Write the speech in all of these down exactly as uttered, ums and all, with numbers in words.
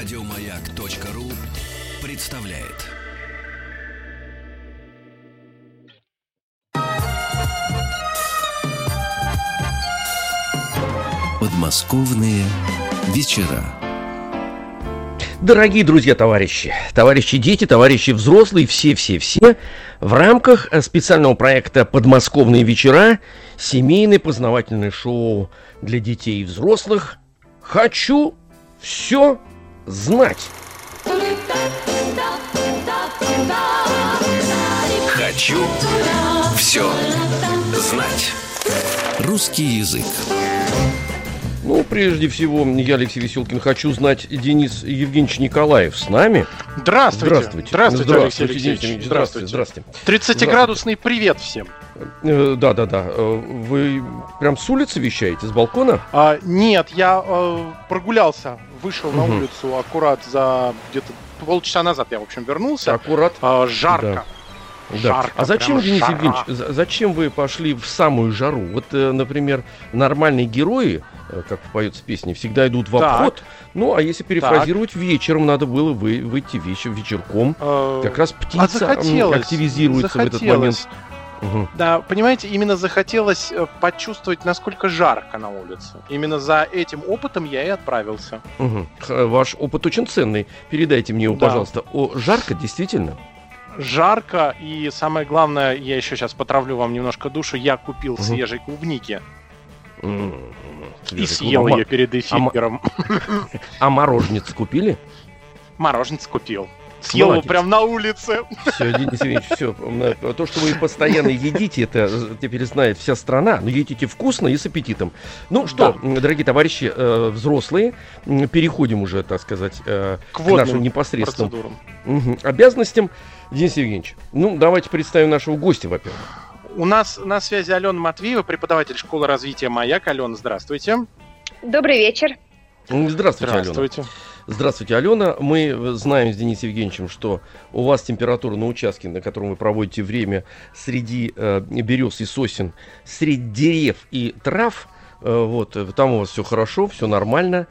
Радиомаяк.ру представляет. Подмосковные вечера. Дорогие друзья, товарищи, товарищи дети, товарищи взрослые, все-все-все, в рамках специального проекта «Подмосковные вечера» семейное познавательное шоу для детей и взрослых «Хочу все знать». Хочу все знать. Русский язык. Ну, прежде всего, я, Алексей Веселкин, хочу знать, Денис Евгеньевич Николаев с нами. Здравствуйте. Здравствуйте. Здравствуйте, Алексей Алексеевич. Денис, здравствуйте. Здравствуйте. тридцатиградусный привет всем. Да-да-да. Вы прям с улицы вещаете, с балкона? А, нет, я э, прогулялся, вышел угу. на улицу аккурат за где-то полчаса назад. Я, в общем, вернулся. Аккурат. А, жарко. Да. Да. Жарко, а зачем, Денис жара. Евгеньевич, зачем вы пошли в самую жару? Вот, например, нормальные герои, как поется в песне, всегда идут в обход. Так. Ну, а если перефразировать, так. вечером надо было вы, выйти вечер, вечерком. Э-э- как раз птица а активизируется захотелось. в этот момент. Угу. Да, понимаете, именно захотелось почувствовать, насколько жарко на улице. Именно за этим опытом я и отправился. Угу. Ваш опыт очень ценный. Передайте мне его, да. пожалуйста. О, жарко, действительно? Жарко, и самое главное, я еще сейчас потравлю вам немножко душу, я купил угу. свежей клубники. Mm-hmm. И съел ее перед эфиром. А, а мороженец купили? Мороженец купил. Съел его прям на улице. Все, Денис Евгеньевич, все. То, что вы постоянно едите, это теперь знает вся страна. Но едите вкусно и с аппетитом. Ну что, да. дорогие товарищи, э, взрослые, переходим уже, так сказать, э, к, к нашим непосредственным угу, обязанностям. Денис Евгеньевич, ну давайте представим нашего гостя, во-первых. У нас на связи Алена Матвеева, преподаватель школы развития «Маяк». Алена, здравствуйте. Добрый вечер. Здравствуйте, Здравствуйте. Алена. Здравствуйте, Алена. Мы знаем с Денисом Евгеньевичем, что у вас температура на участке, на котором вы проводите время, среди э, берез и сосен, среди деревьев и трав. Э, вот, там у вас все хорошо, все нормально.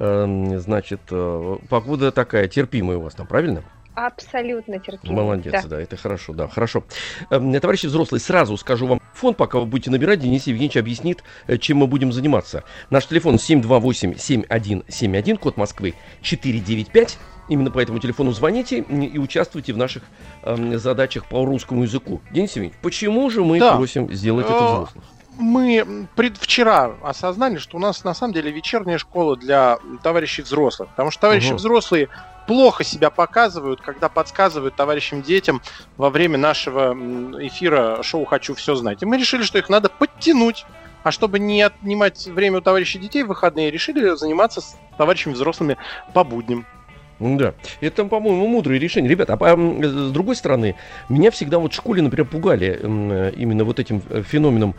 Э, значит, э, погода такая терпимая у вас там, правильно? Абсолютно терпимо. Молодец, да. да, это хорошо, да, хорошо. Э, товарищи взрослые, сразу скажу вам фон, пока вы будете набирать, Денис Евгеньевич объяснит, чем мы будем заниматься. Наш телефон семь два восемь семь один семь один, код Москвы четыре девять пять. Именно по этому телефону звоните и участвуйте в наших э, задачах по русскому языку. Денис Евгеньевич, почему же мы да. просим сделать это взрослых? Мы предвчера осознали, что у нас на самом деле вечерняя школа для товарищей взрослых. Потому что товарищи угу. взрослые плохо себя показывают, когда подсказывают товарищам детям во время нашего эфира шоу «Хочу все знать». И мы решили, что их надо подтянуть. А чтобы не отнимать время у товарищей детей в выходные, решили заниматься с товарищами взрослыми по будням. Да, это, по-моему, мудрое решение. Ребята, а с другой стороны, меня всегда вот в школе, например, пугали именно вот этим феноменом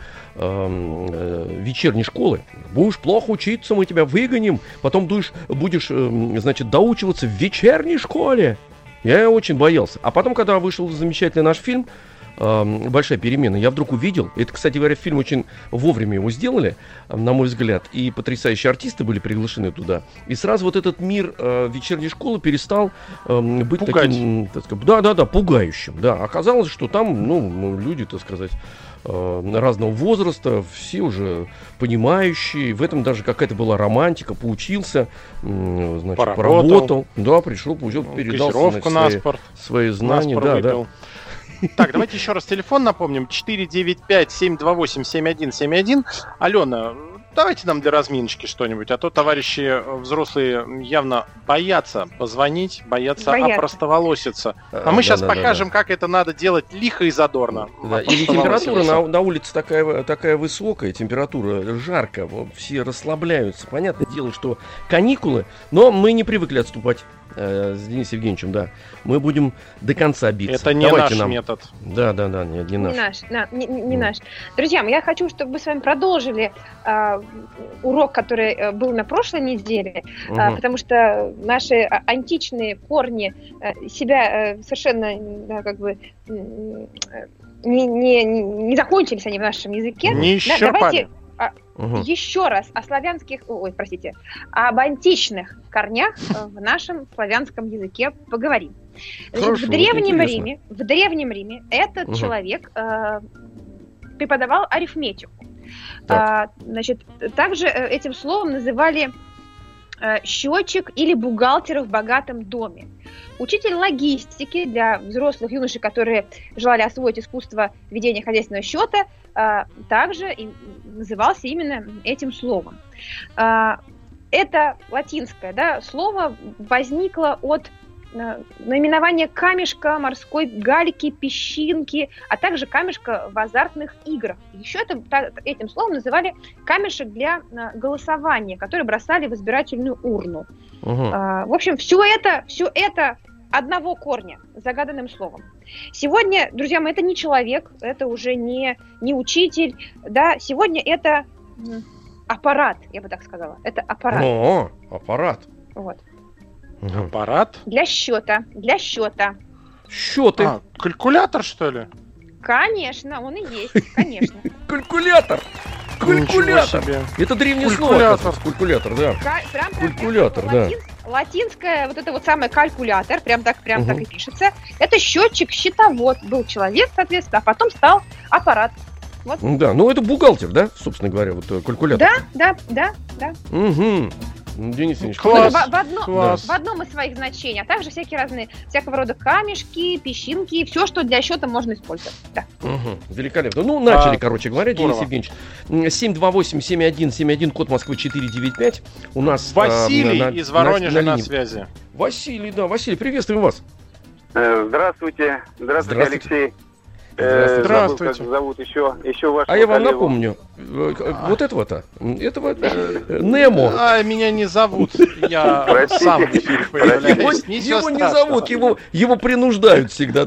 э, вечерней школы. Будешь плохо учиться, мы тебя выгоним, потом будешь, будешь, значит, доучиваться в вечерней школе. Я очень боялся. А потом, когда вышел замечательный наш фильм «Большая перемена», я вдруг увидел, это, кстати говоря, фильм очень вовремя его сделали, на мой взгляд, и потрясающие артисты были приглашены туда, и сразу вот этот мир э, вечерней школы перестал э, быть Пугать. таким, так сказать, да-да-да, пугающим, да, оказалось, что там, ну, люди, так сказать, э, разного возраста, все уже понимающие, в этом даже какая-то была романтика, поучился, э, значит, поработал. поработал, да, пришел, получил, передал свои, свои знания, да-да. Так, давайте еще раз телефон напомним. четыре девять пять семь два восемь семь один семь один. Алена, давайте нам для разминочки что-нибудь. А то товарищи взрослые явно боятся позвонить, боятся, боятся. опростоволоситься. А, а мы да, сейчас да, покажем, да, да. как это надо делать лихо и задорно. Да, или температура на, на улице такая, такая высокая, температура жарко, все расслабляются. Понятное дело, что каникулы, но мы не привыкли отступать. С Денисом Евгеньевичем, да. Мы будем до конца биться. Это не Давайте наш нам... метод. Да, да, да, не, не наш. Не наш, да, не, не, не mm. наш. Друзья, я хочу, чтобы мы с вами продолжили э, урок, который был на прошлой неделе, uh-huh. э, потому что наши античные корни э, себя э, совершенно да, как бы э, не, не, не закончились они в нашем языке. Не исчерпали. Да, давайте Угу. еще раз о славянских, ой, простите, об античных корнях в нашем славянском языке поговорим. Значит, Хорошо, в Древнем вот Риме, в Древнем Риме этот угу. человек э, преподавал арифметику. Так. А, значит, также этим словом называли э, счетчик или бухгалтера в богатом доме. Учитель логистики для взрослых юношей, которые желали освоить искусство ведения хозяйственного счета, э, также и назывался именно этим словом. Э, это латинское, да, слово возникло от наименование камешка, морской гальки, песчинки, а также камешка в азартных играх. Еще это, этим словом называли камешек для голосования, который бросали в избирательную урну. Угу. А, в общем, все это, все это одного корня, загаданным словом. Сегодня, друзья мои, это не человек, это уже не, не учитель, да, сегодня это аппарат, я бы так сказала. Это аппарат. О, аппарат. Вот. Угу. Аппарат? Для счета, для счета. Счеты. А, калькулятор, что ли? Конечно, он и есть, конечно. Калькулятор. Калькулятор. Это древнее слово. Калькулятор, да. Калькулятор, да. Латинское, вот это вот самое калькулятор, прям так, прям так и пишется. Это счетчик, счетовод. Был человек, соответственно, а потом стал аппарат. Вот. Да, ну это бухгалтер, да, собственно говоря, вот калькулятор. Да, да, да, да. Угу. Денис Ильич, класс, в, в, одно, класс. в одном из своих значений, а также всякие разные, всякого рода камешки, песчинки, все, что для счета можно использовать. Да. Угу. Великолепно. Ну, начали, а, короче говоря, здорово. Денис Евгеньевич. семь два восемь семь один семь один, код Москвы четыре девять пять. У нас Василий а, на, из Воронежа на, на, на связи. Василий, да, Василий, приветствуем вас. Здравствуйте. Здравствуйте, Здравствуйте. Алексей. Здравствуйте. Здравствуйте. Забыл, как зовут еще, еще вашего А я вам коллегу. напомню, а. вот этого-то, этого Немо. А меня не зовут, я Простите. сам в эфире появляюсь. Его, его не зовут, его, его принуждают всегда.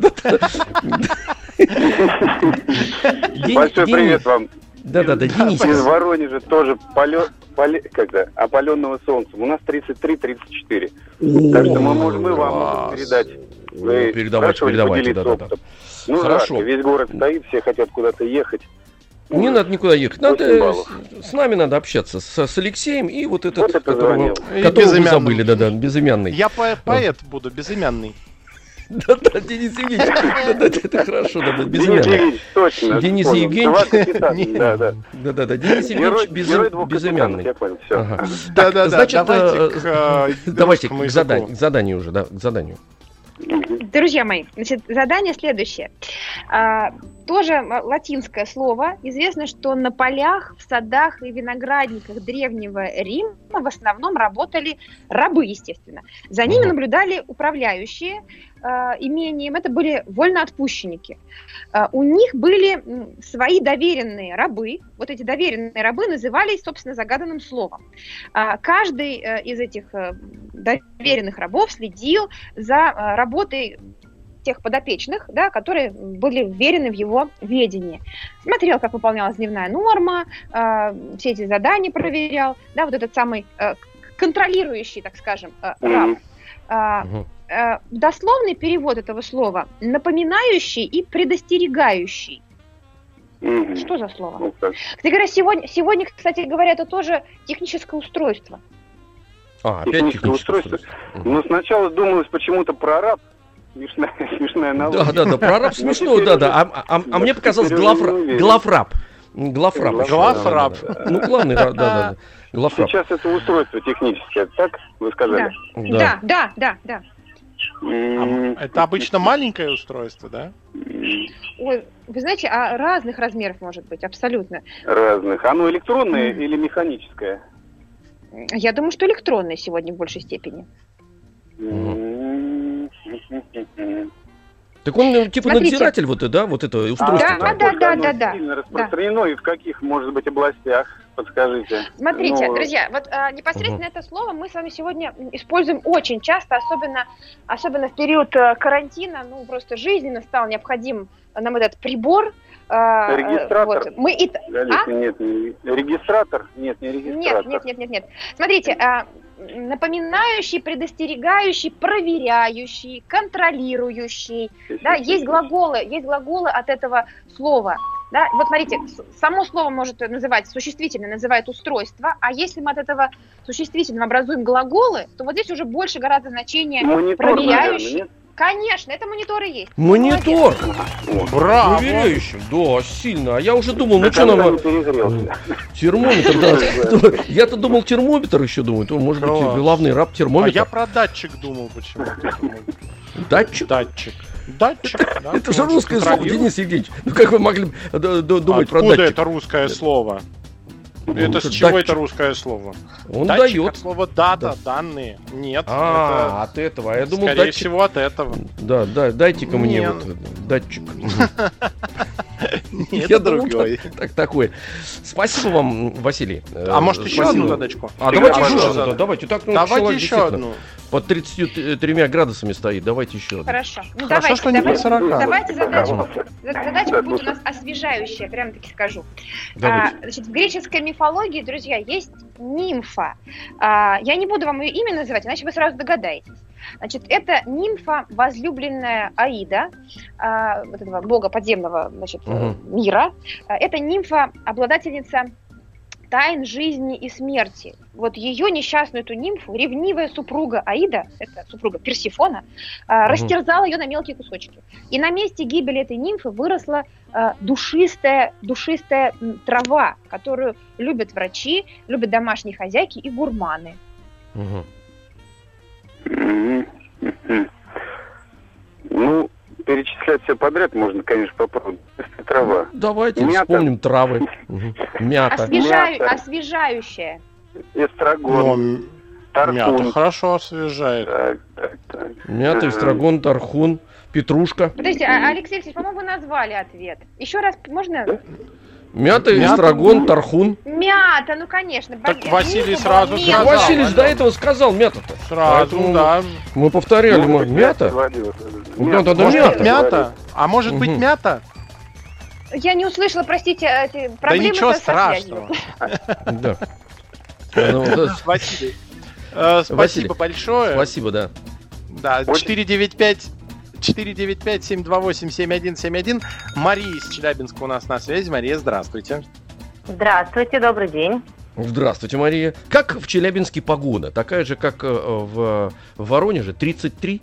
Большой привет вам. Да-да-да, Денис. Из Воронежа тоже полет, поле, когда, опаленного солнцем. У нас тридцать три тридцать четыре. Так что мы можем и вам можем передать. Вы передавайте, передавайте, да-да-да. Ну, хорошо. Жарко, весь город стоит, все хотят куда-то ехать. Не надо никуда ехать. Надо, с нами надо общаться, с, с Алексеем и вот этот, вот которого, которого вы забыли, да-да, безымянный. Я по- поэт да. буду, безымянный. Да-да, Денис Евгеньевич, да-да, это хорошо, да-да, безымянный. Денис Евгеньевич, точно. Денис Евгеньевич, да-да. Да-да-да, Денис Евгеньевич безымянный. Да-да-да, значит, давайте давайте к заданию уже, да, к заданию. Друзья мои, значит, задание следующее. А, тоже латинское слово. Известно, что на полях, в садах и виноградниках Древнего Рима в основном работали рабы, естественно. За ними наблюдали управляющие а, имением. Это были вольноотпущенники. А, у них были свои доверенные рабы. Вот эти доверенные рабы назывались, собственно, загаданным словом. А, каждый а, из этих а, доверенных рабов следил за а, работой тех подопечных, да, которые были вверены в его ведение. Смотрел, как выполнялась дневная норма, э, все эти задания проверял, да, вот этот самый э, контролирующий, так скажем, э, раб. Э, э, дословный перевод этого слова – напоминающий и предостерегающий. Mm-hmm. Что за слово? Okay. Кстати говоря, сегодня, сегодня, кстати говоря, это тоже техническое устройство. А, опять техническое устройство. устройство. Mm-hmm. Ну, сначала думалось почему-то про раб. Смешная, смешная аналогия. Да, да, да, про раб смешно, да, да. А, а, а мне показалось главраб. Главраб. Главраб. Ну, главный, да, да, да. Сейчас это устройство техническое, так вы сказали? Да, да, да, да. Это обычно маленькое устройство, да? Ой, вы знаете, а разных размеров может быть, абсолютно. Разных. Оно электронное или механическое? Я думаю, что электронное сегодня в большей степени. Так он типа Смотрите. надзиратель вот, да, вот это устройство. Да, да, да, да, да. Сильно распространено да. и в каких, может быть, областях? Подскажите. Смотрите, Но... друзья, вот а, непосредственно угу. это слово мы с вами сегодня используем очень часто, особенно, особенно в период а, карантина, ну просто жизненно стал необходим нам этот прибор. А, регистратор? Вот. Мы и... а? Нет, не регистратор? Нет, не регистратор. Нет, нет, нет, нет, нет. Смотрите, а, напоминающий, предостерегающий, проверяющий, контролирующий. Да, есть глаголы, есть глаголы от этого слова. Да? Вот смотрите, само слово может называть, существительное называет устройство, а если мы от этого существительного образуем глаголы, то вот здесь уже больше гораздо значение Монитор, проверяющий. наверное, нет? Конечно, это мониторы есть. Монитор! Браво! Проверяющий, да, сильно. А я уже думал, ну Да что там нам... не перегрелся. Термометр, да. Я-то думал, термометр еще думаю. То, может быть, Класс. главный раб А термометр. я про датчик думал почему-то. Датчик? Датчик. Датчик, да. Это же он русское слово, контролирует. Денис Евгеньевич. Ну как вы могли д- д- думать про Откуда датчик? это русское слово? Это с это чего датчик. это русское слово? Он Датчик дает. от слова дата, данные. Нет, А, это, от этого. А я думал, скорее датчик. всего, от этого. Да, да, дайте-ка мне Нет. вот датчик. Нет, Я думал, другой. так- так такое. Спасибо вам, Василий. А может еще Спасибо. одну задачку? А давайте Всегда еще пожалуйста. одну. да, Давайте так, ну, Давайте человек еще действительно одну. под тридцатью тремя градусами стоит. Давайте еще одну. Хорошо. Ну, Хорошо, давайте, что не давайте, под сорока. давайте задачку. Пожалуйста. Задачка будет у нас освежающая, прямо таки скажу. А, Давайте. значит, в греческой мифологии, друзья, есть нимфа. А, я не буду вам ее имя называть, иначе вы сразу догадаетесь. Значит, это нимфа, возлюбленная Аида, а, вот этого бога подземного, значит, Мгм. мира. А, это нимфа, обладательница тайн жизни и смерти. Вот ее несчастную эту нимфу, ревнивая супруга Аида, это супруга Персифона, а, Мгм. растерзала ее на мелкие кусочки. И на месте гибели этой нимфы выросла а, душистая, душистая м, трава, которую любят врачи, любят домашние хозяйки и гурманы. Мгм. Мгм. Мгм. Ну, перечислять все подряд можно, конечно, попробовать. Если трава. Давайте Мята. вспомним травы. Мгм. Мята. Освежаю- Мята. освежающая. Эстрагон, Но тархун. мята хорошо освежает. Так, так, так. Мята, Ага. эстрагон, тархун, петрушка. Подождите, а- Алексей Алексеевич, по-моему, вы назвали ответ. Еще раз, можно? Мята, Мята. эстрагон, тархун. Мята, ну конечно. Так бог- Василий нимфа сразу была Так сказал, мята. Василий же алло. до этого сказал мята-то. Сразу, Поэтому да. Мы повторяли, мы, Может быть, мята. говорил. Да, да, да, Может мята. быть, мята? А может быть, Мгм. мята? Я не услышала, простите, эти Да проблемы ничего со связью. страшного. Да. Ну, да, Василий. э, Спасибо Василий, большое. Спасибо, да. Да, Очень- четыре девять пять четыре девять пять семь два восемь семь один семь один. Мария из Челябинска у нас на связи. Мария, здравствуйте. Здравствуйте, добрый день. Здравствуйте, Мария. Как в Челябинске погода? Такая же, как э, в в Воронеже, тридцать три?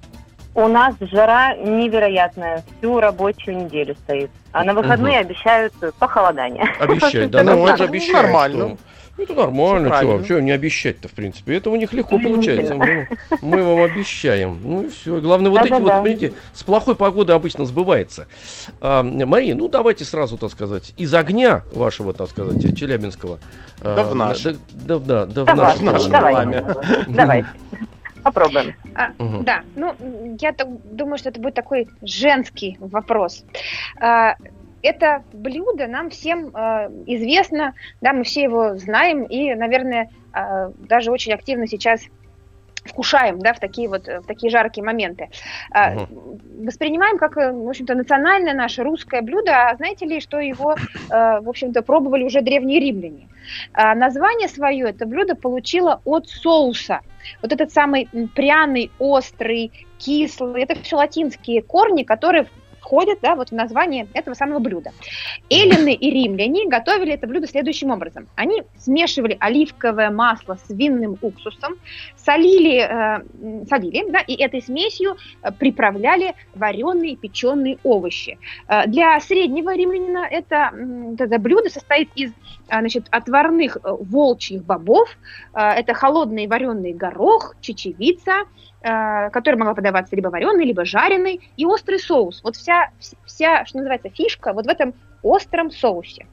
У нас жара невероятная, всю рабочую неделю стоит. А на выходные обещают похолодание. Обещать, да, Ну, нам это тоже обещают. нормально. что- Это нормально, Всё чего, правильно. чего не обещать-то, в принципе. Это у них легко получается. Мы, мы вам обещаем. Ну и все. Главное, вот эти вот, Да-да-да. понимаете, с плохой погодой обычно сбывается. А, Мария, ну давайте сразу, так сказать, из огня вашего, так сказать, челябинского. а, Да в наш. Да, да, да, да в Да наш. в наш, да. давай. Давайте, попробуем. А, Мгм. Да, ну, м, я так думаю, что это будет такой женский вопрос. А, Это блюдо нам всем а, известно, да, мы все его знаем и, наверное, а, даже очень активно сейчас вкушаем, да, в такие вот в такие жаркие моменты. А, Мгм. Воспринимаем как, э, в общем-то, национальное наше русское блюдо. А знаете ли, что его, э, в общем-то, пробовали уже древние римляне? А название свое это блюдо получило от соуса. Вот этот самый м, пряный, острый, кислый, это все латинские корни, которые входят, да, вот в название этого самого блюда. Эллины и римляне готовили это блюдо следующим образом. Они смешивали оливковое масло с винным уксусом, солили, э, м, солили, да, и этой смесью э, приправляли вареные печеные овощи. Э, Для среднего римлянина это, м, вот это блюдо состоит из а, значит, отварных э, волчьих бобов, э, это холодный вареный горох, чечевица, э, которая могла подаваться либо вареной, либо жареной, и острый соус. Вот вся, вся, что называется, фишка вот в этом остром соусе.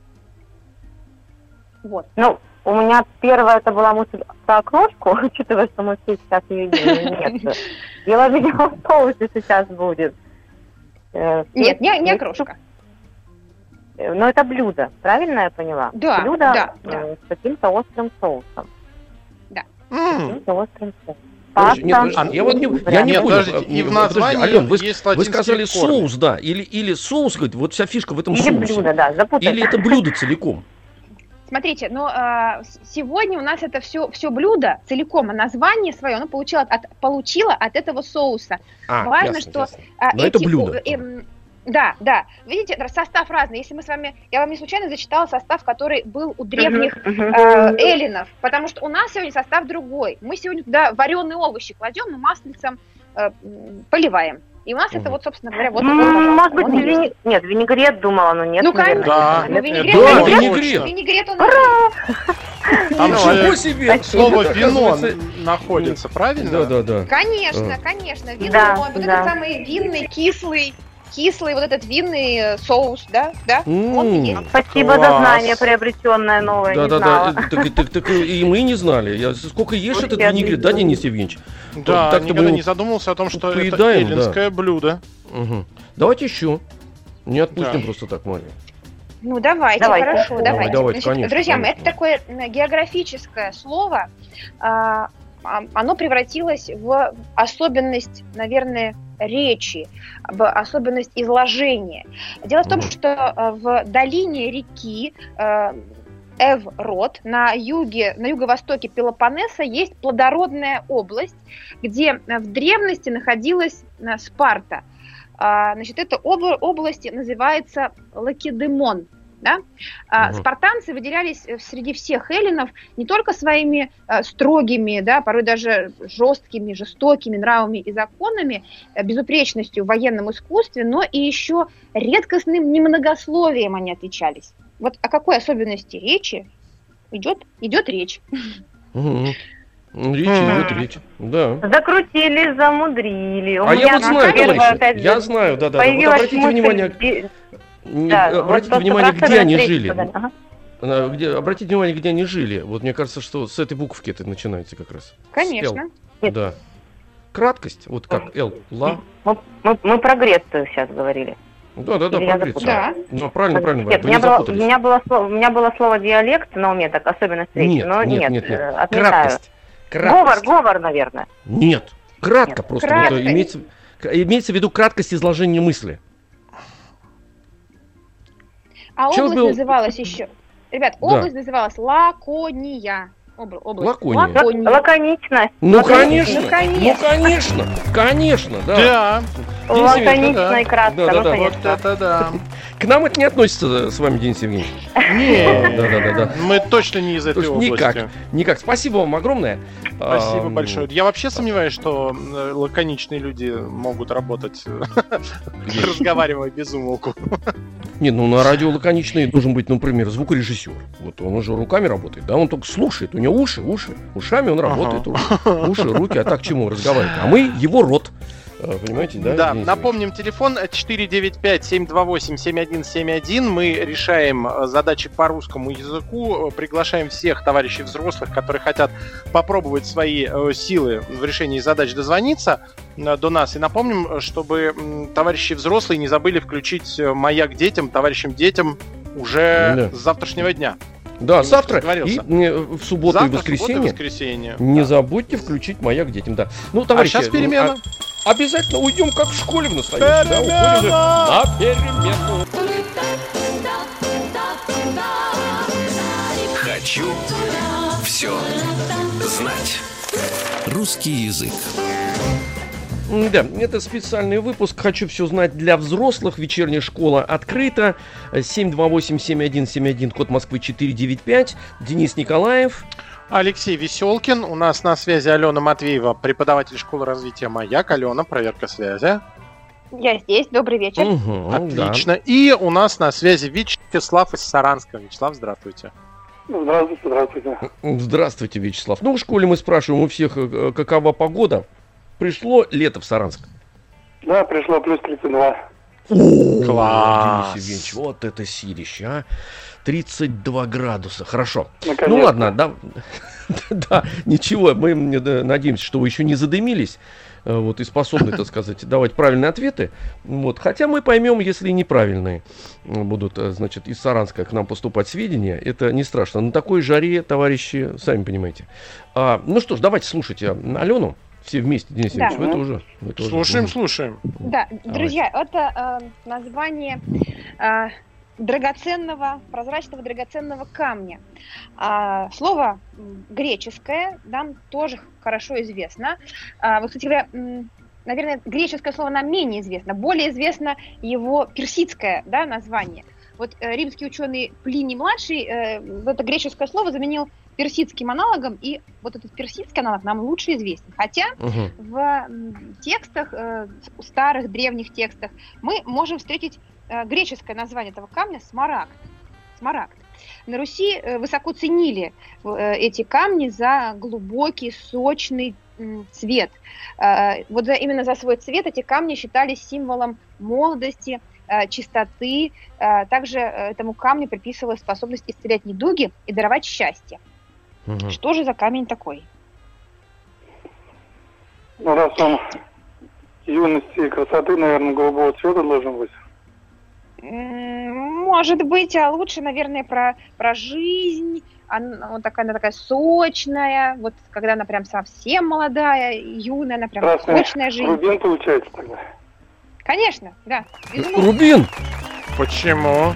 Вот. Ну, у меня первая это была мысль про окрошку, учитывая, что мы все сейчас ее едим. Нет. Дело, видимо, в соусе сейчас будет. Э, Нет, не, не есть- окрошка. э, Но это блюдо, правильно я поняла? Да, Блюдо да, э, да. с каким-то острым соусом. М, Каким-то острым соусом. Подожди, нет, Паста. подожди, я вот не, я Вариант. не Нет, понял. подождите, и Не, в подожди, названии Ален, вы, есть вы латинские сказали корни. соус, да, или, или соус, говорит, вот вся фишка в этом Или соусе. блюдо, да, запутать. Или это блюдо целиком. Смотрите, но а, с- сегодня у нас это все, все блюдо целиком, а название свое оно получило от, получило от этого соуса. А, Важно, ясно, что ясно. А Но это эти, блюдо. о, эм, Да, да. Видите, состав разный. Если мы с вами, я вам не случайно зачитала состав, который был у древних э, эллинов, потому что у нас сегодня состав другой. Мы сегодня туда вареные овощи кладем и маслицем э, поливаем. И у нас угу. это вот, собственно говоря, вот... Mm, может быть, вини... нет, винегрет думала, но нет. Ну, конечно. Да, ну, винегрет, да, винегрет, винегрет. винегрет он... Там же себе. слово вино находится, правильно? Да, да, да. Конечно, конечно. Вино, да, вот да. этот самый винный, кислый, кислый вот этот винный соус, да, да, Mm. он есть. Спасибо Класс. за знание, приобретенное новое, Да, не да, знала. да. Так, так, так и мы не знали. Я, сколько ешь Вот этот я винегрет, не да, знаю. Денис Евгеньевич? Да, Так-то никогда мы не задумывался о том, что это поедаем, да. эллинское блюдо. Угу. Давайте еще. Не отпустим Да. просто так, Мария. Ну, давайте, Давайте. хорошо, Давай, давайте. давайте, Значит, конечно, друзья мои, конечно. это такое м, географическое слово. а, а, Оно превратилось в особенность, наверное, речи, в особенность изложения. Дело в том, Мгм. что а, в долине реки а, Эврот на юге, на юго-востоке Пелопоннеса есть плодородная область, где а, в древности находилась а, Спарта. А, Значит, эта обла- область называется Лакедемон. Да? А, Мгм. Спартанцы выделялись э, среди всех эллинов не только своими э, строгими, да, порой даже жесткими, жестокими нравами и законами, э, безупречностью в военном искусстве, но и еще редкостным немногословием они отличались. Вот о какой особенности речи идет, идет речь. Угу. Речь Мгм. идет речь. Да. Закрутили, замудрили. У А я меня вот знаю, первая, товарищи, опять же, я знаю, да, да. Вот появилась обратите мысль, внимание, где- не- да, вот обратите просто внимание, про где они особенность жили. речи сказали. Ага. А, Где, обратите внимание, где они жили. Вот мне кажется, что с этой буковки это начинается как раз. С Конечно. Л. Нет. Да. Краткость, вот как Л, ла. Мы, мы- мы про Грецию сейчас говорили. Да, да, да, Или я про Грецию. запуталась? Ну, правильно, правильно, Нет, вы у меня, не было, у, запутались. меня было слово, у меня было слово диалект на уме, так особенность речи, Нет, но нет, нет, нет, нет. э, отметаю. Краткость. Говор, Краткость. говор, наверное. Нет, кратко Нет. просто. Кратко. Вот, имеется, имеется в виду краткость изложения мысли. А Чё область был- называлась еще... Ребят, Да. область называлась Лакония. Обла- область. Лакония. Лакония. Лаконичность. Ну, Лаконичность. конечно, Ну, конечно. ну, конечно, конечно, да. Да, Денис Евгеньевич, Лаконично да. и кратко, Да, да, ну, да. вот конечно. это да. К нам это не относится с вами, Денис Евгеньевич. Не, Да, да, да, да. мы точно не из этой Слушай, области. никак, никак. Спасибо вам огромное. Спасибо Ам, большое. Я вообще сомневаюсь, что э, лаконичные люди могут работать, Где? разговаривая без умолку. Не, ну на радио лаконичный должен быть, например, звукорежиссер. Вот он уже руками работает, да, он только слушает, у него уши, уши, ушами он работает, уши, уши, руки, а так чему разговаривать? А мы его рот, Э, понимаете, да? Да, Денис напомним, телефон четыре девять пять семь два восемь семь один семь один. Мы решаем э, задачи по русскому языку, э, приглашаем всех товарищей взрослых, которые хотят попробовать свои э, силы в решении задач, дозвониться э, до нас. И напомним, чтобы м, товарищи взрослые не забыли включить э, «Маяк детям», товарищам детям уже Да. с завтрашнего дня. Да, Немножко завтра и разговорился. э, в субботу Завтра, и суббота и воскресенье. воскресенье. Не Да. забудьте включить «Маяк детям», да. Ну, А товарищи, сейчас перемена. а- обязательно уйдем как в школе в настоящей, да, уходим же на перемену. Хочу все знать. Русский язык. Да, это специальный выпуск «Хочу все знать» для взрослых. Вечерняя школа открыта. семь два восемь семь один семь один, код Москвы четыре девять пять. Денис Николаев. Алексей Веселкин. У нас на связи Алена Матвеева, преподаватель школы развития «Маяк». Алена, проверка связи. Я здесь, добрый вечер. Угу, Отлично. И у нас на связи Вячеслав из Саранска. Вячеслав, здравствуйте. Здравствуйте, здравствуйте. Да. Здравствуйте, Вячеслав. Ну, в школе мы спрашиваем у всех, э, какова погода. Пришло лето в Саранск? Да, пришло плюс тридцать два. Класс. Денис Евгеньевич, вот это силище, а. тридцать два градуса, хорошо. Наконец-то. Ну ладно, да, да, ничего, мы э, надеемся, что вы еще не задымились, э, вот, и способны, так сказать, давать правильные ответы. Вот, хотя мы поймем, если неправильные будут, э, значит, из Саранска к нам поступать сведения, это не страшно. На такой жаре, товарищи, сами понимаете. А, ну что ж, давайте слушайте Алену. Все вместе, Денис Да. Евгеньевич, вы тоже. Вы тоже. Слушаем, Мгм. слушаем. Да, друзья, это э, название э, драгоценного, прозрачного драгоценного камня. А, слово м, греческое нам тоже хорошо известно. А, вот, кстати говоря, м, наверное, греческое слово нам менее известно. Более известно его персидское, да, название. Вот э, римский ученый Плиний-младший э, это греческое слово заменил персидским аналогом, и вот этот персидский аналог нам лучше известен. Хотя угу. в м, текстах, э, старых, древних текстах, мы можем встретить э, греческое название этого камня смарагд. Смарагд. На Руси э, высоко ценили э, эти камни за глубокий, сочный м, цвет. Э, вот за, именно за свой цвет эти камни считались символом молодости, чистоты. Также этому камню приписывалась способность исцелять недуги и даровать счастье. Угу. Что же за камень такой? Ну, раз он юности и красоты, наверное, голубого цвета должен быть. Может быть, а лучше, наверное, про, про жизнь. Она, вот такая, она такая сочная. Вот когда она прям совсем молодая, юная, она прям Красный сочная жизнь. Рубин получается тогда. Конечно, да. Изумруд. Рубин? Почему?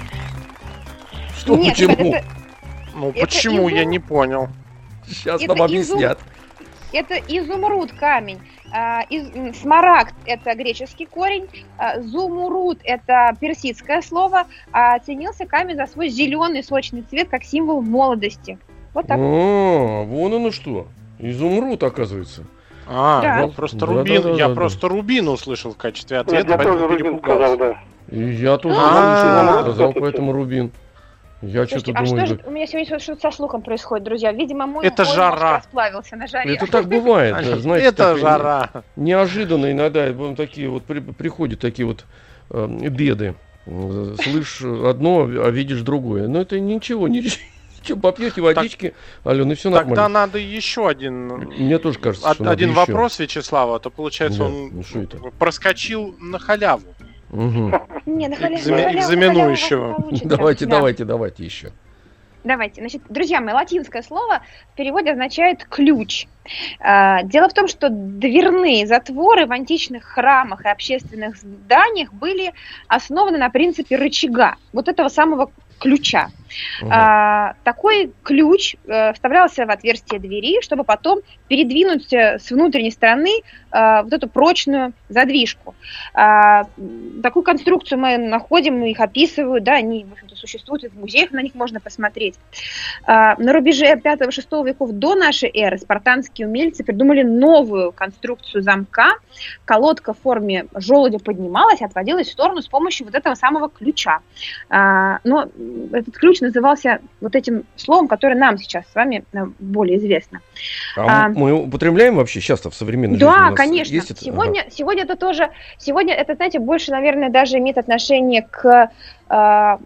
Что Нет, почему? Это, ну это почему, изум... я не понял. Сейчас это нам объяснят. Изум... Это изумруд камень. А, из... Смарагд – это греческий корень. А, зумуруд – это персидское слово. А ценился камень за свой зеленый сочный цвет, как символ молодости. Вот так. О, вон оно что. Изумруд, оказывается. А, да. я просто да, рубин, да, да, я да, просто да. рубин услышал в качестве ответа, я поэтому перепугался. Да. И я тоже рубин сказал, поэтому рубин. Я Слушайте, что-то а думаю... что же, у меня сегодня что-то со слухом происходит, друзья. Видимо, мой, это мой жара. мозг расплавился на жаре. Это так бывает, знаете. Это жара. Неожиданно иногда такие вот приходят такие вот беды. Слышь одно, а видишь другое. Но это ничего, ничего. Что, попьете водички, так, Алена, и все нормально. Тогда надо еще один. Мне тоже кажется, что один надо вопрос еще. Вячеслава, то получается, да, он ну, проскочил на халяву. Угу. Не, на халяву. Экзаменующего. Давайте, да. давайте, давайте еще. Давайте. Значит, друзья мои, латинское слово в переводе означает ключ. Дело в том, что дверные затворы в античных храмах и общественных зданиях были основаны на принципе рычага, вот этого самого ключа. Угу. А, такой ключ э, вставлялся в отверстие двери, чтобы потом передвинуть с внутренней стороны э, вот эту прочную задвижку. А, такую конструкцию мы находим, их описывают, да, они, в общем-то, существуют и в музеях, на них можно посмотреть. А, на рубеже пятого-шестого веков до нашей эры спартанские умельцы придумали новую конструкцию замка. Колодка в форме желудя поднималась и отводилась в сторону с помощью вот этого самого ключа. А, но этот ключ назывался вот этим словом, которое нам сейчас с вами более известно. А, а мы употребляем вообще часто в современной да, жизни? Да, конечно. Это... Сегодня, ага. сегодня это тоже, сегодня это, знаете, больше, наверное, даже имеет отношение к э,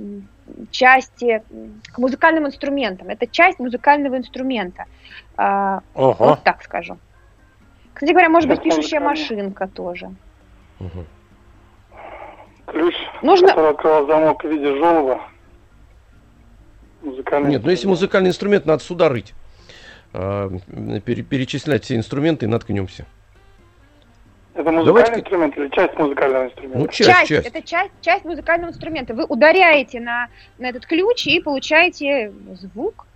части, к музыкальным инструментам. Это часть музыкального инструмента. Э, вот так скажу. Кстати говоря, может быть, пишущая машинка тоже. Угу. Ключ, Нужно... который открывал замок в виде желоба. Нет, но если музыкальный инструмент, надо сюда рыть. Перечислять все инструменты и наткнемся. Это музыкальный Давайте... инструмент или часть музыкального инструмента? Ну, часть, часть, часть. Это часть, часть музыкального инструмента. Вы ударяете на, на этот ключ и получаете звук.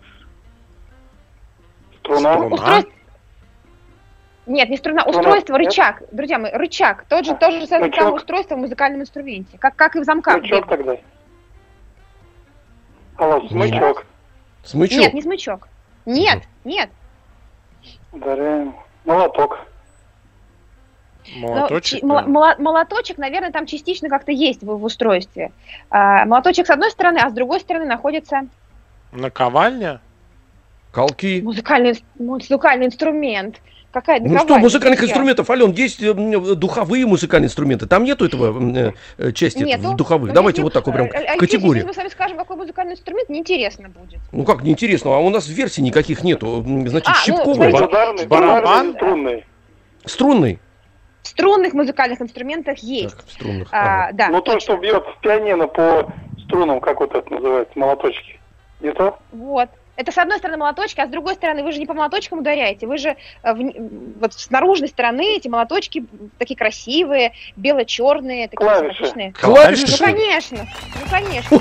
Струна? Устройство... Нет, не струна, струна. Устройство, нет? Рычаг. Друзья мои, рычаг. Тот же, а, то же самое устройство в музыкальном инструменте. Как, как и в замках. Рычаг тогда. Алло, смычок. Смычок? Нет, не смычок. Нет, нет. Ударяем. Молоток. Молоточек? Но, да. Молоточек, наверное, там частично как-то есть в, в устройстве. А, молоточек с одной стороны, а с другой стороны находится... Наковальня? Колки. Музыкальный, музыкальный инструмент. Какая ну что, музыкальных друзья? Инструментов, Ален, есть э, духовые музыкальные инструменты. Там нету этого э, части нету, духовых. Нет, Давайте нет, вот такой прям а, в категории. Если мы с вами скажем, какой музыкальный инструмент, неинтересно будет. Ну как неинтересно? А у нас версий никаких нету. Значит, а, щипковый. Ну, ударный, барабан? Струнный. Струнный? В струнных музыкальных инструментах есть. Так, в струнных. А, ага. да, ну то, что бьет в пианино по струнам, как вот это называется, молоточки. Не то? Вот. Это с одной стороны молоточки, а с другой стороны вы же не по молоточкам ударяете, вы же в, вот с наружной стороны эти молоточки такие красивые, бело-черные, такие клавиши. симпатичные. Клавиши? Ну конечно, ну конечно.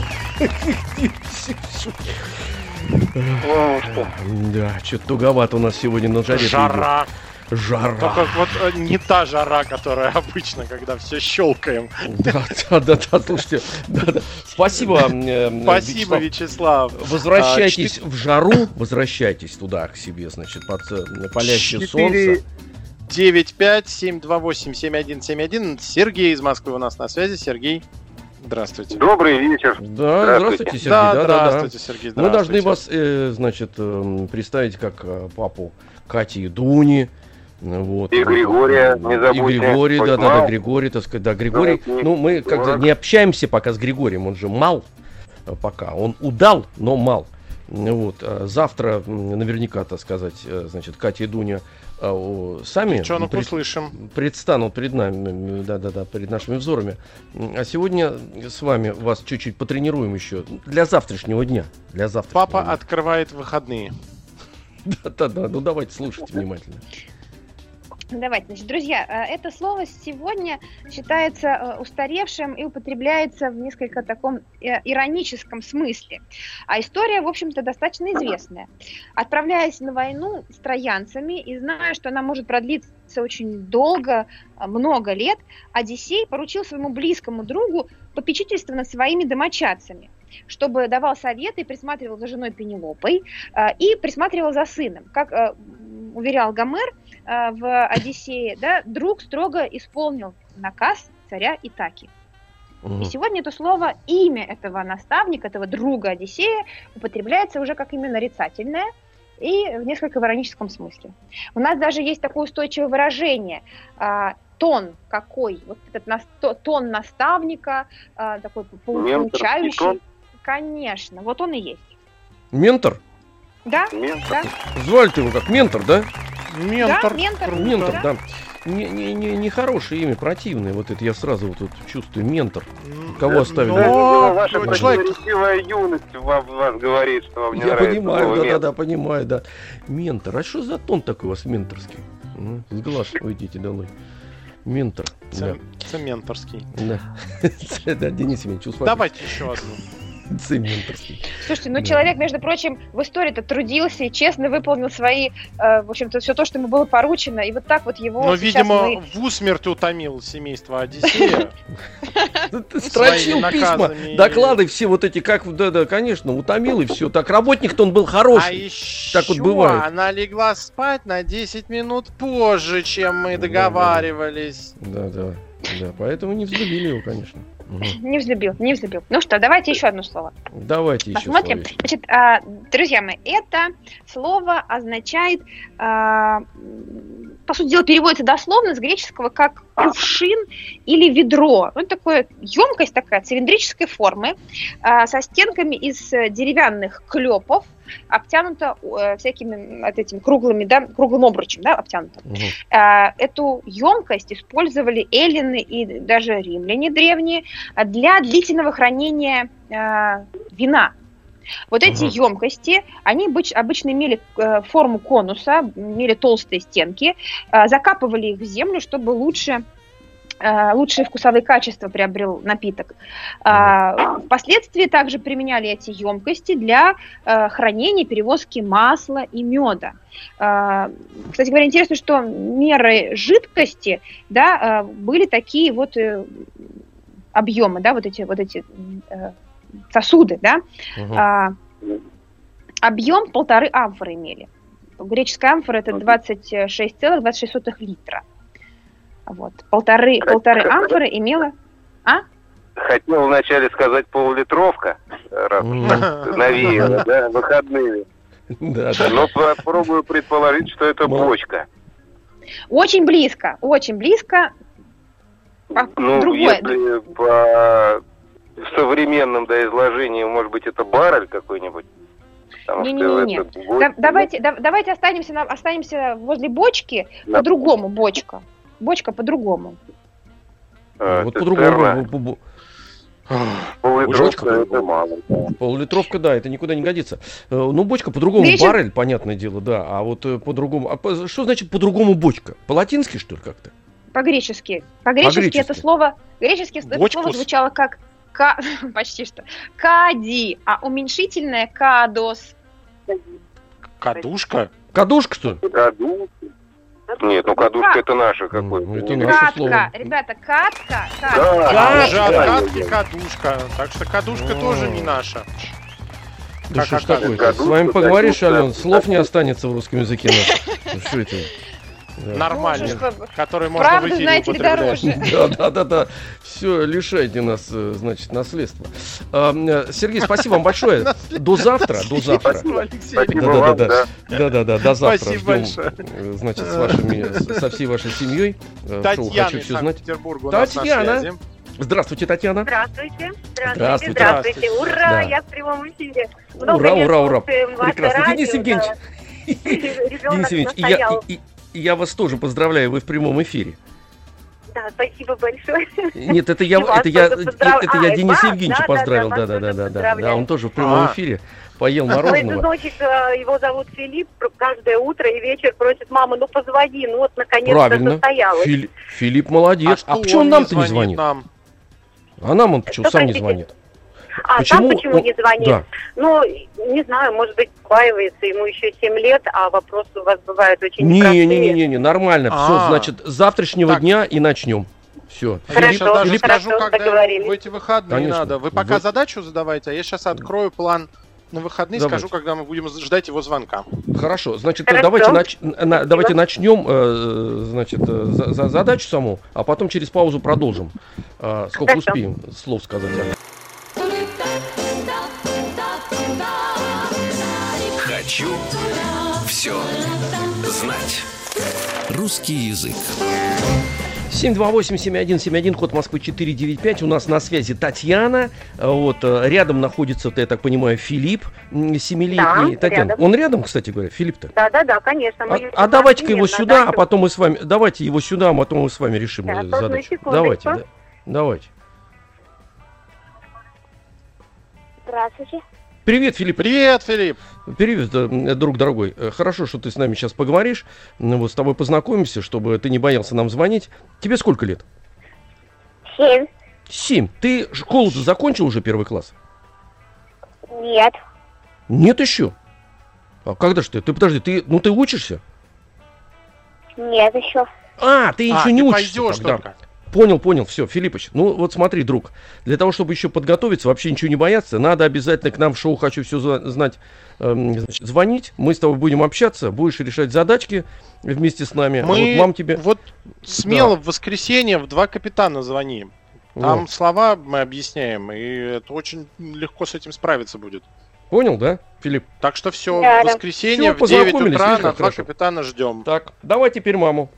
Да, что-то туговато у нас сегодня на жаре. Жара. Жара. Только вот э, не та жара, которая обычно, когда все щелкаем. Да, да, да, да, слушайте. Да, да. Спасибо, э, Спасибо, Вячеслав. Вячеслав. Возвращайтесь а, в жару, возвращайтесь туда к себе, значит, под э, палящее солнце. девять пять семь два восемь семь один семь один. Сергей из Москвы у нас на связи. Сергей, здравствуйте. Добрый вечер. Да, здравствуйте, Сергей. Да, да, здравствуйте, да, Сергей. Мы должны вас, э, значит, э, представить как э, папу Кати и Дуни. Вот. И Григория, не забудьте. И Григорий, да, да, да, Григорий, так сказать, да, Григорий. Ну, мы как-то не общаемся пока с Григорием, он же мал пока. Он удал, но мал. Вот. Завтра наверняка, так сказать, значит, Катя и Дуня сами Девчонок пред... услышим. предстанут перед нами, да, да, да, перед нашими взорами. А сегодня с вами вас чуть-чуть потренируем еще для завтрашнего дня. Для завтрашнего Папа дня. открывает выходные. Да, да, да, ну давайте слушайте внимательно. Давайте, значит, друзья, это слово сегодня считается устаревшим и употребляется в несколько таком ироническом смысле. А история, в общем-то, достаточно известная. Отправляясь на войну с троянцами и зная, что она может продлиться очень долго, много лет, Одиссей поручил своему близкому другу попечительство над своими домочадцами, чтобы давал советы, присматривал за женой Пенелопой и присматривал за сыном. Как уверял Гомер в Одиссее, да, друг строго исполнил наказ царя Итаки. Угу. И сегодня это слово, имя этого наставника, этого друга Одиссея, употребляется уже как имя нарицательное и в несколько в ироническом смысле. У нас даже есть такое устойчивое выражение тон какой, вот этот на, тон наставника, такой поучающий. Конечно, вот он и есть. Ментор? Да, Ментор. да. Звали-то его как ментор, да? Ментор. Да, ментор. Ментор, да. да. Не, не, не, не хорошее имя, противное. Вот это я сразу вот тут чувствую. Ментор. Кого Да, оставили? но ваша ну, человек... противоречивая юность вам, вас говорит, что вам не Я нравится. понимаю, да, ментор. да, да, понимаю, да. Ментор. А что за тон такой у вас менторский? Ну, с глаз уйдите долой. Ментор. Це, Да. це менторский. Да. Да, Денис Евгеньевич, успокойтесь. Давайте еще одну. Менторский. Слушайте, ну Да. человек, между прочим, в истории-то трудился и честно выполнил свои, э, в общем-то, все то, что ему было поручено, и вот так вот его Но, сейчас видимо, мы... в усмерть утомил семейство Одиссея. Ты строчил Своими письма, наказами. доклады все вот эти, как, да, да, конечно, утомил и все. Так, работник-то он был А хороший. еще Так вот бывает. она легла спать на десять минут позже, чем мы Да, да. А договаривались. Да, да, да, поэтому не взлюбили его, конечно. Угу. Не взлюбил, не взлюбил. Ну что, давайте еще одно слово. Давайте еще Посмотрим. словечко. Значит, а, друзья мои, это слово означает, а, по сути дела, переводится дословно с греческого как кувшин или ведро. Ну, такое емкость такая цилиндрической формы, а, со стенками из деревянных клепов, обтянута э, всякими вот этими круглыми, да, круглым обручем, да, обтянута. Угу. Э, эту емкость использовали эллины и даже римляне древние для длительного хранения э, вина. Вот эти Угу. емкости, они обыч, обычно имели э, форму конуса, имели толстые стенки, э, закапывали их в землю, чтобы лучше лучшие вкусовые качества приобрел напиток. Mm-hmm. Впоследствии также применяли эти емкости для хранения, перевозки масла и меда. Кстати говоря, интересно, что меры жидкости, да, были такие вот объемы, да, вот эти, вот эти сосуды, да. Mm-hmm. Объем полторы амфоры имели. Греческая амфора это двадцать шесть целых двадцать шесть сотых литра. Вот. Полторы, полторы амфоры имела... А? Хотел вначале сказать пол-литровка, раз Mm. навеяло, да, выходными. Да, да. Но попробую предположить, что это Мол- бочка. Очень близко, очень близко. А, Ну, другое. если по современным, да, изложениям, может быть, это баррель какой-нибудь? Потому что Не-не-не. это Да- бочка, давайте, да- давайте останемся, на- останемся возле бочки, Да. по-другому бочка. Бочка по-другому. э, Вот цистерна. по-другому. бу- бу- Пол-литровка Бочка. это мало. да. Пол-литровка, да, это никуда не годится. Э, Ну, бочка по-другому, Гречес- баррель, понятное дело, да. А вот э, по-другому... А по- что значит по-другому бочка? По-латински, что ли, как-то? По-гречески. По-гречески, По-гречески. это слово, гречески это Бочкус. слово звучало как ка, почти что кади, а уменьшительное кадос. Кадушка? Кадушка, что ли? Году. Нет, ну кадушка это наша какой-то. Ну, это Не наше Катка, слово. ребята, катка, катка. А уже от Катка. катки кадушка. Так что кадушка О. тоже не наша. Да Как что ж оказывается. такое? С вами Кадушка, поговоришь, кадушка. Ален, слов не останется в русском языке. Ну что это? Да. Нормальный, Боже, что- который можно в Правду, эфире знаете ли, употреблять. дороже. Да, да, да, да. Все, лишайте нас, э, значит, наследства. А, э, Сергей, спасибо вам большое. До завтра, до завтра. Спасибо, Алексей. Спасибо Да, да, вам, да, да. да, да, да, до завтра. Спасибо Ждем, большое. э, значит, с вашими, с- со всей вашей семьей. Э, шоу Татьяна «Хочу из все знать». Санкт-Петербурга у нас на Татьяна. связи. Здравствуйте, Татьяна. Здравствуйте. Здравствуйте. Здравствуйте. Здравствуйте. Ура, Да. я в прямом эфире. Ура, Много лет ура, ура. слушаем ваше Прекрасно. радио, Денис Евгеньевич. да. Денис Ребенок Евгеньевич, и я, настоял. и- и я вас тоже поздравляю, вы в прямом эфире. Да, спасибо большое. Нет, это я, И вас это я, тоже поздрав- это А, я и Дениса вас, Евгеньевича да, да, поздравил, да, да, вас да, да, тоже да, да, да, поздравляю. он тоже в прямом А. эфире поел Мой мороженого. сыночек, э, его зовут Филипп, пр- каждое утро и вечер просит: мама, ну позвони, ну вот наконец-то Правильно. состоялось. Фили- Филипп молодец. А, что почему он не нам-то не звонит звонит? нам? А нам он почему Что, сам не простите? звонит? А Почему сам почему он- не звонит? Да. Ну, не знаю, может быть, побаивается, ему еще семь лет, а вопросы у вас бывают очень непростые. Не-не-не, не, нормально. Все, А. значит, с завтрашнего Так. дня и начнем. Все. Я Хорошо, сейчас даже Филипп- скажу, хорошо, когда договорились. в эти выходные Конечно. надо. Вы пока Вот. задачу задавайте, а я сейчас открою план на выходные, Давайте. скажу, когда мы будем ждать его звонка. Хорошо, значит, Хорошо. давайте, нач- на- давайте начнем, э, значит, э, за- за- задачу саму, а потом через паузу продолжим. А, сколько Хорошо. успеем слов сказать. Хочу все знать. Русский язык. семь два восемь семь один семь один, код Москвы четыре девять пять. У нас на связи Татьяна. Вот, э, рядом находится, я так понимаю, Филипп, м, семилетний. Да, Татьяна, рядом. он рядом, кстати говоря, Филипп-то? Да-да-да, конечно. мы А, еще а давайте-ка его на сюда, а дачу. потом мы с вами, давайте его сюда, а потом мы с вами решим Да, э, одну задачу. секундочку. Давайте, да, давайте. Здравствуйте. Привет, Филипп. Привет, Филипп! Привет, да, друг дорогой. Э, Хорошо, что ты с нами сейчас поговоришь. Ну, вот с тобой познакомимся, чтобы ты не боялся нам звонить. Тебе сколько лет? Семь. Семь. Ты школу-то закончил уже первый класс? Нет. Нет еще. А когда ж ты? Ты подожди, ты, ну ты учишься? Нет еще. А, ты еще а, не ты учишься пойдешь тогда. только. Понял, понял, все, Филиппыч. Ну вот смотри, друг, для того, чтобы еще подготовиться, вообще ничего не бояться, надо обязательно к нам в шоу «Хочу все знать» эм, значит, звонить. Мы с тобой будем общаться, будешь решать задачки вместе с нами. Мы Вот мам тебе... вот смело в воскресенье в два капитана звоним. Там Вот. слова мы объясняем, и это очень легко с этим справиться будет. Понял, да, Филипп? Так что все, Да, в да. воскресенье Всё, в девять познакомились, утра видишь, на как два хорошо. капитана ждем. Так, давай теперь маму.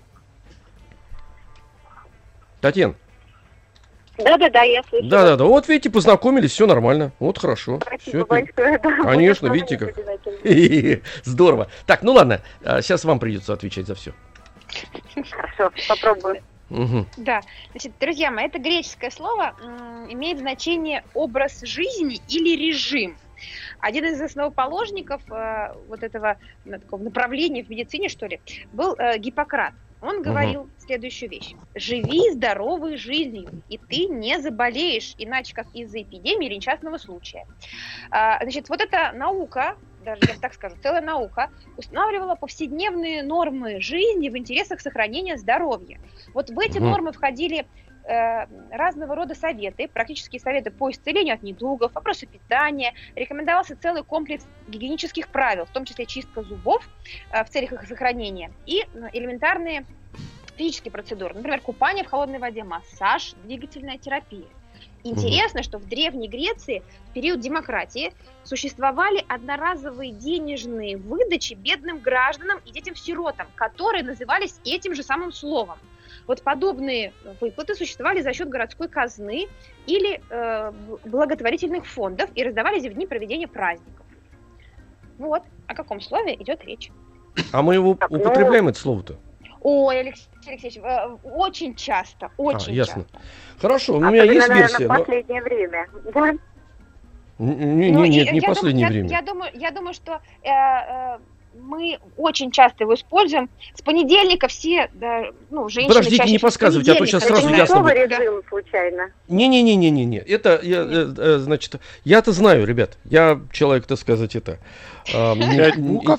Татьяна. Да-да-да, я слышу. Да-да-да, вот видите, познакомились, все нормально. Вот хорошо. Спасибо Всё, большое. Да, Конечно, буду видите, как. звонить обязательно. Здорово. Так, ну ладно, сейчас вам придется отвечать за все. Хорошо, попробую. Угу. Да, значит, друзья мои, это греческое слово м, имеет значение образ жизни или режим. Один из основоположников э, вот этого на, такого направления в медицине, что ли, был э, Гиппократ. Он говорил следующую вещь. Живи здоровой жизнью, и ты не заболеешь, иначе как из-за эпидемии или несчастного случая. А, значит, вот эта наука, даже я так скажу, целая наука, устанавливала повседневные нормы жизни в интересах сохранения здоровья. Вот в эти Мгм. нормы входили э, разного рода советы, практические советы по исцелению от недугов, вопросы питания, рекомендовался целый комплекс гигиенических правил, в том числе чистка зубов э, в целях их сохранения и э, элементарные физические процедуры, например, купание в холодной воде, массаж, двигательная терапия. Интересно, что в Древней Греции в период демократии существовали одноразовые денежные выдачи бедным гражданам и детям-сиротам, которые назывались этим же самым словом. Вот подобные выплаты существовали за счет городской казны или э, благотворительных фондов и раздавались в дни проведения праздников. Вот о каком слове идет речь. А мы его Так, ну- употребляем, это слово-то? Ой, Алексей Алексеевич, э, очень часто, очень а, ясно. часто. Хорошо, у Особенно, меня есть наверное, версия. в но- последнее время. Да? Не, Ну, не, и нет, не я последнее думаю, я- время. Я, думаю, я думаю, что э, э, мы очень часто его используем. С понедельника все, да, ну, женщины Подождите, чаще не всего с подсказывайте, а то понедельника щас сразу Это не ясно новый будет. режим, случайно. Не-не-не-не-не, это, я, э, э, значит, я-то знаю, ребят, я человек, так сказать, это... а, не- Пять не- букв?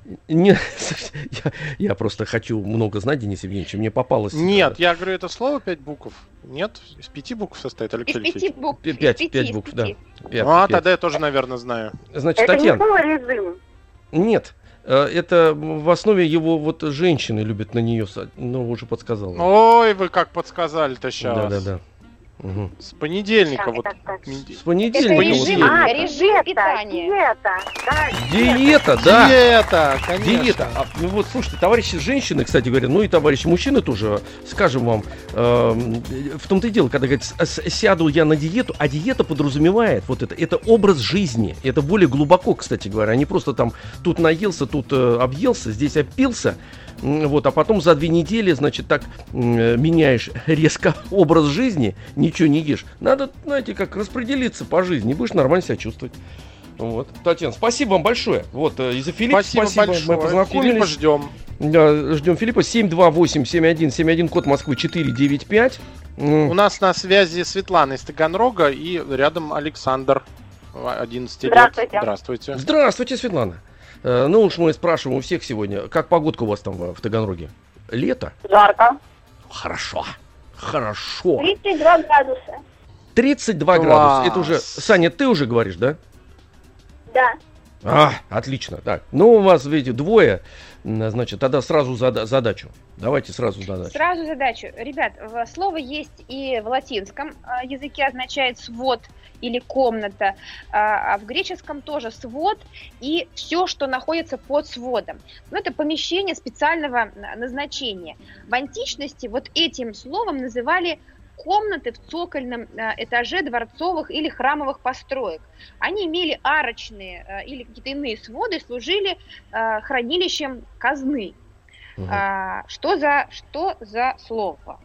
Не, я, я просто хочу много знать, Денис Евгеньевич, мне попалось... Нет, я говорю, это слово пять букв. Нет? Из пяти букв состоит, Алексей Из пяти букв. Пять, из пяти, пять из букв, пяти. да. Пять, а, пять. тогда я тоже, наверное, знаю. Значит, Это Татьяна... не слово режим. Нет, это в основе его вот женщины любят на нее, ну, уже подсказал. Ой, вы как подсказали-то сейчас. Да-да-да. Угу. С понедельника Так, вот. так, так. С понедельника. Это вот режим, я- А, режим диета, питания. диета, да, Диета, да. Диета, конечно. Диета. А, ну вот, слушайте, товарищи женщины, кстати говоря, ну и товарищи мужчины тоже, скажем вам, э, в том-то и дело, когда говорят, «С- сяду я на диету, а диета подразумевает вот это, это образ жизни, это более глубоко, кстати говоря, а не просто там тут наелся, тут э, объелся, здесь опился, м, вот, а потом за две недели, значит, так м, меняешь резко образ жизни, ничего не ешь. Надо, знаете, как распределиться по жизни, и будешь нормально себя чувствовать. Вот. Татьяна, спасибо вам большое. Вот, э, из-за Филиппа, Спасибо, спасибо, большое. мы познакомились. Филиппа ждем. Да, ждем Филиппа. семь два восемь семь один семь один, код Москвы четыре девять пять. У нас на связи Светлана из Таганрога и рядом Александр, одиннадцать лет. Здравствуйте. Здравствуйте. Здравствуйте, Светлана. Э, Ну уж мы спрашиваем у всех сегодня, как погодка у вас там в в Таганроге? Лето? жарко. Хорошо. Хорошо. тридцать два градуса. тридцать два Класс. градуса. Это уже, Саня, ты уже говоришь, да? Да. А, отлично. Так, ну у вас, видите, двое. М, Значит, тогда сразу зада- задачу. Давайте сразу задачу. Сразу задачу. Ребят, в- слово есть и в латинском э, языке, означает свод или комната, а а в греческом тоже свод и все, что находится под сводом. Но это помещение специального э, назначения. В античности вот этим словом называли комнаты в цокольном э, этаже дворцовых или храмовых построек. Они имели арочные э, или какие-то иные своды, служили э, хранилищем казны. Мгм. А, что за что за слово?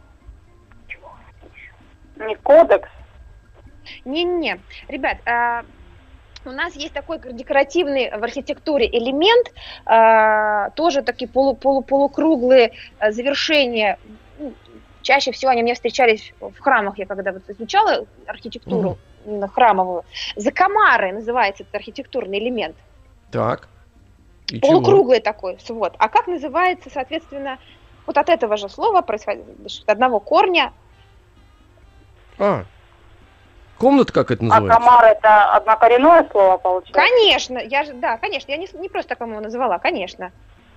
Не кодекс. Не-не, ребят, а, у нас есть такой декоративный в архитектуре элемент, а, тоже такие полу, полу, полукруглые а, завершения. Ну, чаще всего они мне встречались в храмах, я когда вот изучала архитектуру именно храмовую. Закамары называется этот архитектурный элемент. Так. И чего? Полукруглый такой свод. А как называется, соответственно, вот от этого же слова происходит, от одного корня. А, комната как это А называется? комар это однокоренное слово получается? Конечно, я же, да, конечно, я не, не просто так его называла, конечно.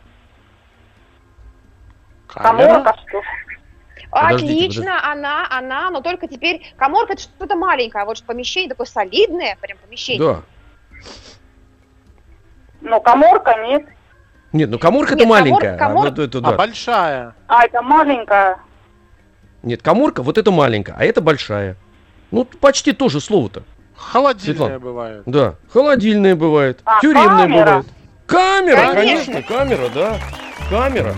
Камера? Коморка, что? Подождите, Отлично, она, она, но только теперь коморка это что-то маленькое, а вот что помещение такое солидное, прям помещение. Да. Ну, коморка нет. Нет, ну коморка Нет, это маленькая. комор- комор- а, ну, это, А да. большая. А, это маленькая. Нет, коморка вот это маленькая, а это большая. Ну, почти то же слово-то. Холодильная Светлана. бывает. Да. Холодильная бывает, А, тюремная камера? бывает. Камера, Конечно. конечно, камера, да. Камера.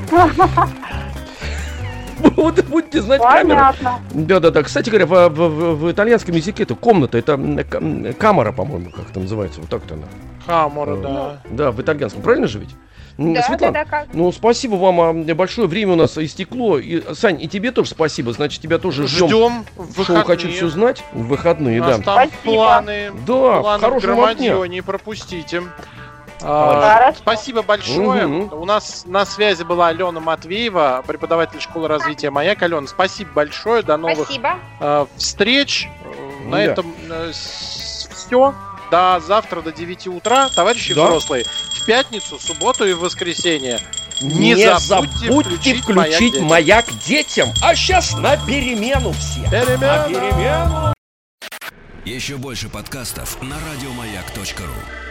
Вот будете знать камеру. Понятно. Да-да-да. Кстати говоря, в, в- в итальянском языке это комната, это м, к- м, камера, по-моему, как это называется. Вот так-то она. Камера, Э, да. Да, в итальянском. Правильно же ведь? М, Да, Светлана, да, да, как. ну спасибо вам, а, большое время у нас истекло. И, Сань, и тебе тоже спасибо. Значит, тебя тоже ждем. Ждем в Шоу «Хочу выходные. все знать» в выходные, У нас да. там Спасибо. планы. Да, Планы в хорошего дня. громадье, не пропустите. А, Хорошо. спасибо большое. Мгм. У нас на связи была Алена Матвеева, преподаватель школы развития «Маяк». Алена, спасибо большое. До новых Спасибо. э, встреч. Э, На Да. этом все. До завтра, до девяти утра. Товарищи Да. взрослые, в пятницу, субботу и в воскресенье. Не, Не забудьте, забудьте включить, включить маяк, детям. А сейчас на перемену все. Перемена. На перемену. Еще больше подкастов на радиомаяк точка ру.